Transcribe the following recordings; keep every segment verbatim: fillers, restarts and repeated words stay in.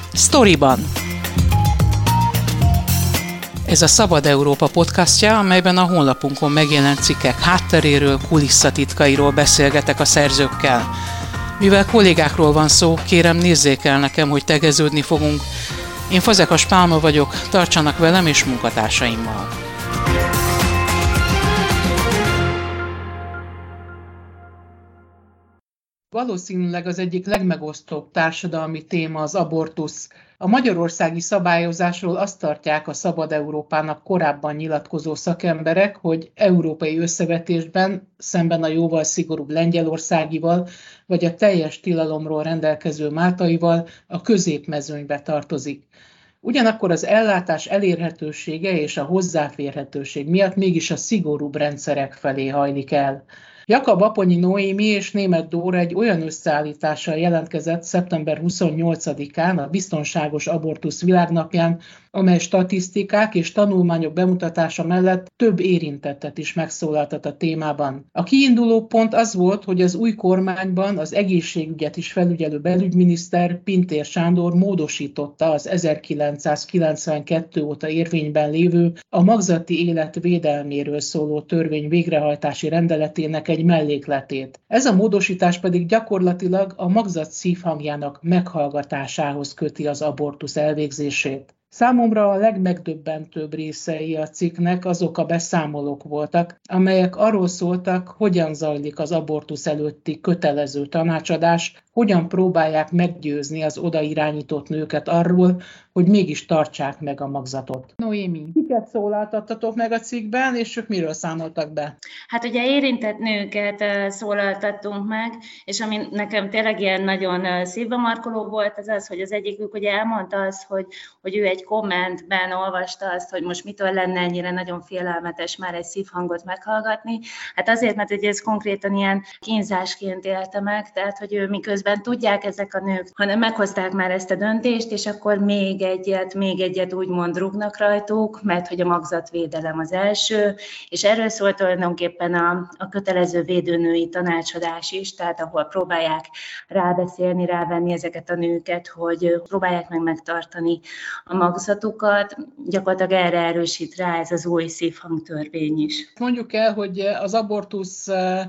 Sztoriban. Ez a Szabad Európa podcastja, amelyben a honlapunkon megjelent cikkek hátteréről, kulisszatitkairól beszélgetek a szerzőkkel. Mivel kollégákról van szó, kérem nézzék el nekem, hogy tegeződni fogunk. Én Fazekas Pálma vagyok, tartsanak velem és munkatársaimmal. Valószínűleg az egyik legmegosztóbb társadalmi téma az abortusz. A magyarországi szabályozásról azt tartják a Szabad Európának korábban nyilatkozó szakemberek, hogy európai összevetésben, szemben a jóval szigorúbb lengyelországival, vagy a teljes tilalomról rendelkező máltaival a középmezőnybe tartozik. Ugyanakkor az ellátás elérhetősége és a hozzáférhetőség miatt mégis a szigorúbb rendszerek felé hajlik el. Jakab Aponyi Noémi és Németh Dóra egy olyan összeállítással jelentkezett szeptember huszonnyolcadikán a Biztonságos Abortusz Világnapján, amely statisztikák és tanulmányok bemutatása mellett több érintettet is megszólaltat a témában. A kiinduló pont az volt, hogy az új kormányban az egészségügyet is felügyelő belügyminiszter Pintér Sándor módosította az ezerkilencszázkilencvenkettő óta érvényben lévő a magzati élet védelméről szóló törvény végrehajtási rendeletének egy mellékletét. Ez a módosítás pedig gyakorlatilag a magzat szívhangjának meghallgatásához köti az abortusz elvégzését. Számomra a legmegdöbbentőbb részei a cikknek azok a beszámolók voltak, amelyek arról szóltak, hogyan zajlik az abortusz előtti kötelező tanácsadás, hogyan próbálják meggyőzni az oda irányított nőket arról, hogy mégis tartsák meg a magzatot. Noémi, kiket szólaltattatok meg a cikkben, és ők miről számoltak be? Hát ugye érintett nőket szólaltattunk meg, és ami nekem tényleg ilyen nagyon szívbe markoló volt, az az, hogy az egyikük ugye elmondta azt, hogy, hogy ő egy kommentben olvasta azt, hogy most mitől lenne ennyire nagyon félelmetes már egy szívhangot meghallgatni. Hát azért, mert ugye ez konkrétan ilyen kínzásként élte meg, tehát hogy ő miközben tudják ezek a nők, hanem meghozták már ezt a döntést, és akkor még egyet, még egyet úgymond rúgnak rajtuk, mert hogy a magzatvédelem az első, és erről szólt tulajdonképpen a, a kötelező védőnői tanácsadás is, tehát ahol próbálják rábeszélni, rávenni ezeket a nőket, hogy próbálják meg megtartani a magzatukat, gyakorlatilag erre erősít rá ez az új szívhangtörvény is. Mondjuk el, hogy az abortusz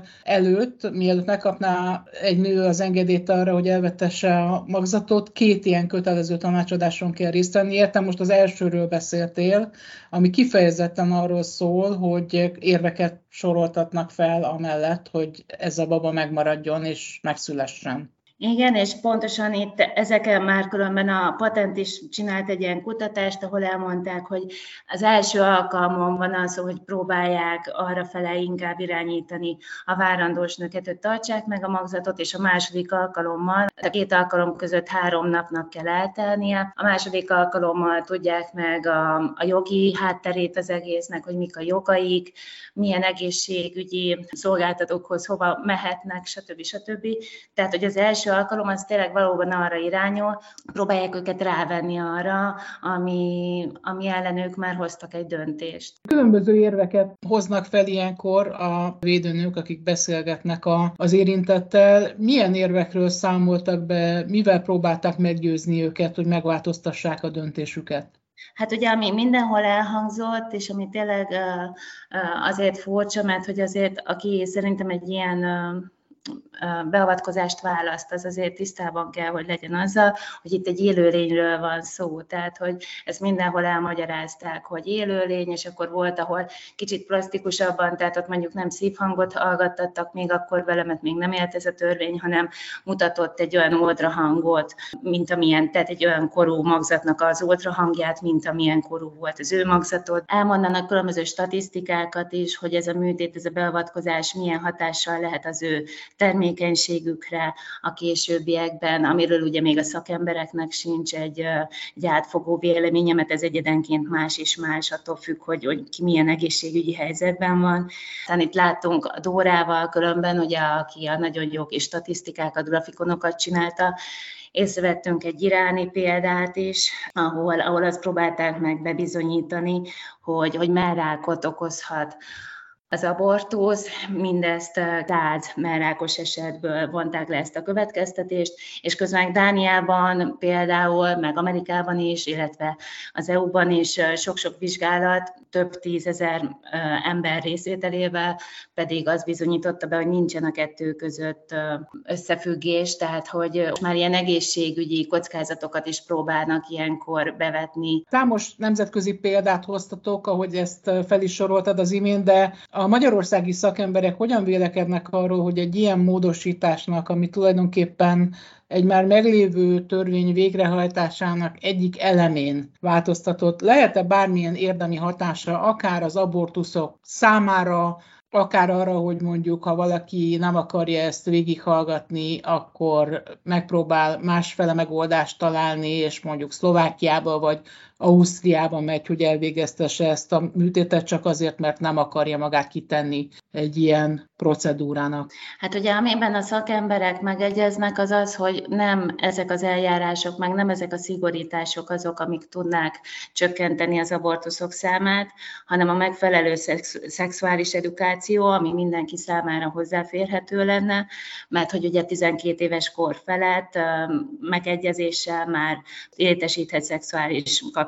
előtt, mielőtt megkapná egy nő az engedélyt arra, hogy elvetesse a magzatot, két ilyen kötelező tanácsadáson kell részt venni. Értem, most az elsőről beszéltél, ami kifejezetten arról szól, hogy érveket soroltatnak fel amellett, hogy ez a baba megmaradjon és megszülessen. Igen, és pontosan itt ezeken már különben a Patent is csinált egy ilyen kutatást, ahol elmondták, hogy az első alkalmon van az, hogy próbálják arrafele inkább irányítani a várandós nőket, hogy tartsák meg a magzatot, és a második alkalommal, a két alkalom között három napnak kell eltelnie, a második alkalommal tudják meg a, a jogi hátterét az egésznek, hogy mik a jogaik, milyen egészségügyi szolgáltatókhoz hova mehetnek, stb. stb. Tehát, hogy az első alkalom az tényleg valóban arra irányul, próbálják őket rávenni arra, ami, ami ellen ők már hoztak egy döntést. Különböző érveket hoznak fel ilyenkor a védőnők, akik beszélgetnek a, az érintettel. Milyen érvekről számoltak be, mivel próbálták meggyőzni őket, hogy megváltoztassák a döntésüket? Hát ugye, ami mindenhol elhangzott, és ami tényleg azért furcsa, mert hogy azért, aki szerintem egy ilyen beavatkozást választ, az azért tisztában kell, hogy legyen azzal, hogy itt egy élőlényről van szó. Tehát, hogy ezt mindenhol elmagyarázták, hogy élőlény, és akkor volt, ahol kicsit plastikusabban, tehát ott mondjuk nem szívhangot hallgattattak még akkor vele, mert még nem élt ez a törvény, hanem mutatott egy olyan ultrahangot, mint amilyen, tehát egy olyan korú magzatnak az ultrahangját, mint amilyen korú volt az ő magzatod. Elmondanak különböző statisztikákat is, hogy ez a műtét, ez a beavatkozás milyen hatással lehet az ő termékenységükre a későbbiekben, amiről ugye még a szakembereknek sincs egy, egy átfogó véleménye, mert ez egyedenként más és más, attól függ, hogy, hogy ki milyen egészségügyi helyzetben van. Tehát itt látunk a Dórával különben, ugye, aki a nagyon jó kis statisztikákat, grafikonokat csinálta, észrevettünk egy iráni példát is, ahol, ahol azt próbálták meg bebizonyítani, hogy, hogy mellrákot okozhat az abortusz, mindezt száz mellrákos esetből vonták le ezt a következtetést, és közben Dániában például, meg Amerikában is, illetve az é u-ban is sok-sok vizsgálat, több tízezer ember részvételével pedig az bizonyította be, hogy nincsen a kettő között összefüggés, tehát hogy már ilyen egészségügyi kockázatokat is próbálnak ilyenkor bevetni. Számos nemzetközi példát hoztatok, ahogy ezt fel is soroltad az imént, de a magyarországi szakemberek hogyan vélekednek arról, hogy egy ilyen módosításnak, ami tulajdonképpen egy már meglévő törvény végrehajtásának egyik elemén változtatott, lehet-e bármilyen érdemi hatása akár az abortuszok számára, akár arra, hogy mondjuk, ha valaki nem akarja ezt végighallgatni, akkor megpróbál másfele megoldást találni, és mondjuk Szlovákiába vagy Ausztriába megy, hogy elvégeztesse ezt a műtétet, csak azért, mert nem akarja magát kitenni egy ilyen procedúrának. Hát ugye, amiben a szakemberek megegyeznek, az az, hogy nem ezek az eljárások, meg nem ezek a szigorítások azok, amik tudnák csökkenteni az abortuszok számát, hanem a megfelelő szex- szexuális edukáció, ami mindenki számára hozzáférhető lenne, mert hogy ugye tizenkét éves kor felett megegyezéssel már létesíthet szexuális kapcsolatot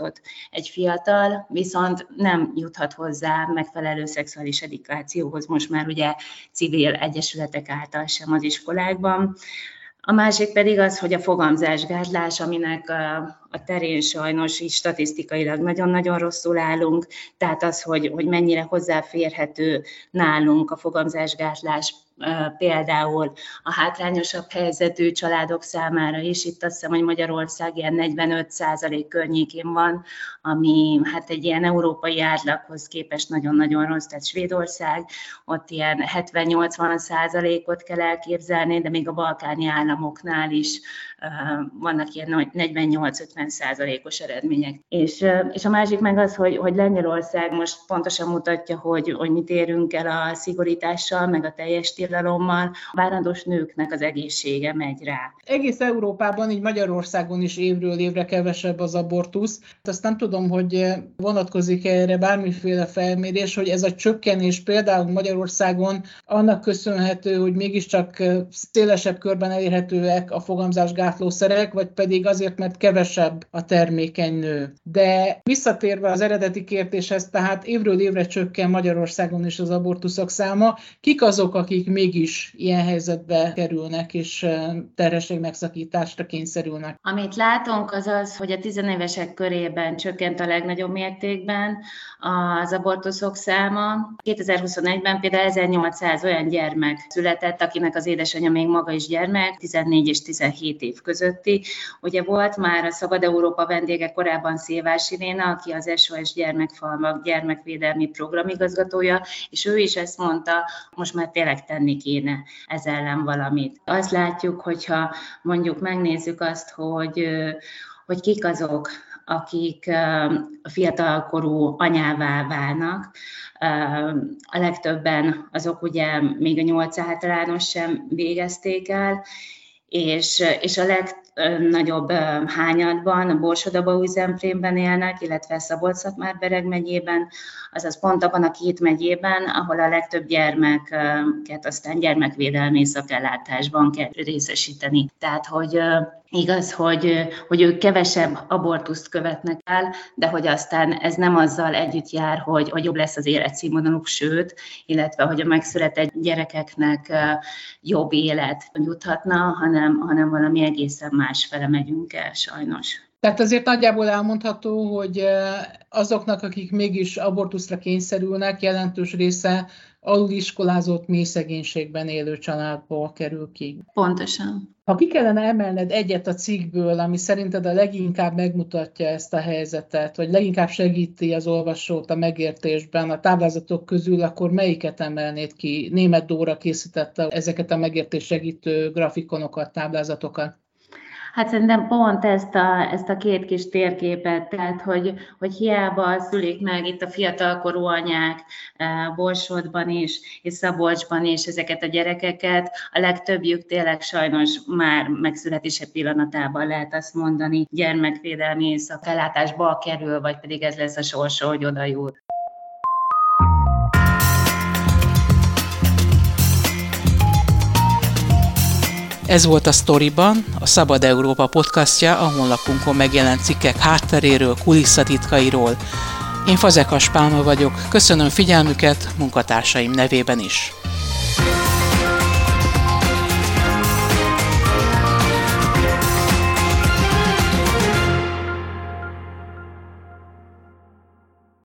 egy fiatal, viszont nem juthat hozzá megfelelő szexuális edukációhoz most már ugye civil egyesületek által sem az iskolákban. A másik pedig az, hogy a fogamzásgátlás, aminek a, a terén sajnos így statisztikailag nagyon-nagyon rosszul állunk, tehát az, hogy, hogy mennyire hozzáférhető nálunk a fogamzásgátlás például a hátrányosabb helyzetű családok számára is. Itt azt hiszem, hogy Magyarország ilyen negyvenöt százalék környékén van, ami hát egy ilyen európai átlaghoz képest nagyon-nagyon rossz, tehát Svédország, ott ilyen hetven-nyolcvan százalékot kell elképzelni, de még a balkáni államoknál is uh, vannak ilyen negyvennyolc-ötven százalékos eredmények. És, uh, és a másik meg az, hogy, hogy Lengyelország most pontosan mutatja, hogy, hogy mit érünk el a szigorítással, meg a teljes tilalommal, a várandós nőknek az egészsége megy rá. Egész Európában, így Magyarországon is évről évre kevesebb az abortusz. Azt nem tudom, hogy vonatkozik erre bármiféle felmérés, hogy ez a csökkenés például Magyarországon annak köszönhető, hogy mégiscsak szélesebb körben elérhetőek a fogamzásgátlószerek, vagy pedig azért, mert kevesebb a termékeny nő. De visszatérve az eredeti kérdéshez, tehát évről évre csökken Magyarországon is az abortuszok száma. Kik azok, akik mégis ilyen helyzetbe kerülnek, és terhesség megszakításra kényszerülnek? Amit látunk, az az, hogy a tizenévesek körében csökkent a legnagyobb mértékben az abortuszok száma. kétezer-huszonegyben például ezernyolcszáz olyan gyermek született, akinek az édesanyja még maga is gyermek, tizennégy és tizenhét év közötti. Ugye volt már a Szabad Európa vendége korábban Szilvási Léna, aki az es o es Gyermekfalvak gyermekvédelmi programigazgatója, és ő is ezt mondta, most már tényleg tenni kéne ez ellen valamit. Azt látjuk, hogyha mondjuk megnézzük azt, hogy, hogy kik azok, akik fiatalkorú anyává válnak. A legtöbben azok ugye még a nyolc általános sem végezték el, és, és a legnagyobb hányadban a Borsod-Abaúj-Zemplénben élnek, illetve Szabolcs-Szatmár-Bereg megyében, azaz pont abban a két megyében, ahol a legtöbb gyermeket aztán gyermekvédelmi szakellátásban kell részesíteni. Tehát, hogy igaz, hogy, hogy ők kevesebb abortuszt követnek el, de hogy aztán ez nem azzal együtt jár, hogy, hogy jobb lesz az életszínvonaluk, sőt, illetve hogy a megszületett gyerekeknek jobb élet juthatna, hanem, hanem valami egészen másfele megyünk el sajnos. Tehát azért nagyjából elmondható, hogy azoknak, akik mégis abortuszra kényszerülnek, jelentős része aluliskolázott, mély szegénységben élő családból kerül ki. Pontosan. Ha ki kellene emelned egyet a cikkből, ami szerinted a leginkább megmutatja ezt a helyzetet, vagy leginkább segíti az olvasót a megértésben a táblázatok közül, akkor melyiket emelnéd ki? Németh Dóra készítette ezeket a megértés segítő grafikonokat, táblázatokat. Hát szerintem pont ezt a, ezt a két kis térképet, tehát hogy, hogy hiába szülik meg itt a fiatalkorú anyák Borsodban is, és Szabolcsban is ezeket a gyerekeket, a legtöbbjük tényleg sajnos már megszületése pillanatában lehet azt mondani, gyermekvédelmi szakellátásba kerül, vagy pedig ez lesz a sorsa, hogy oda jut. Ez volt a Sztoriban, a Szabad Európa podcastja, a honlapunkon megjelent cikkek hátteréről, kulisszatitkairól. Én Fazekas Pálma vagyok, köszönöm figyelmüket munkatársaim nevében is.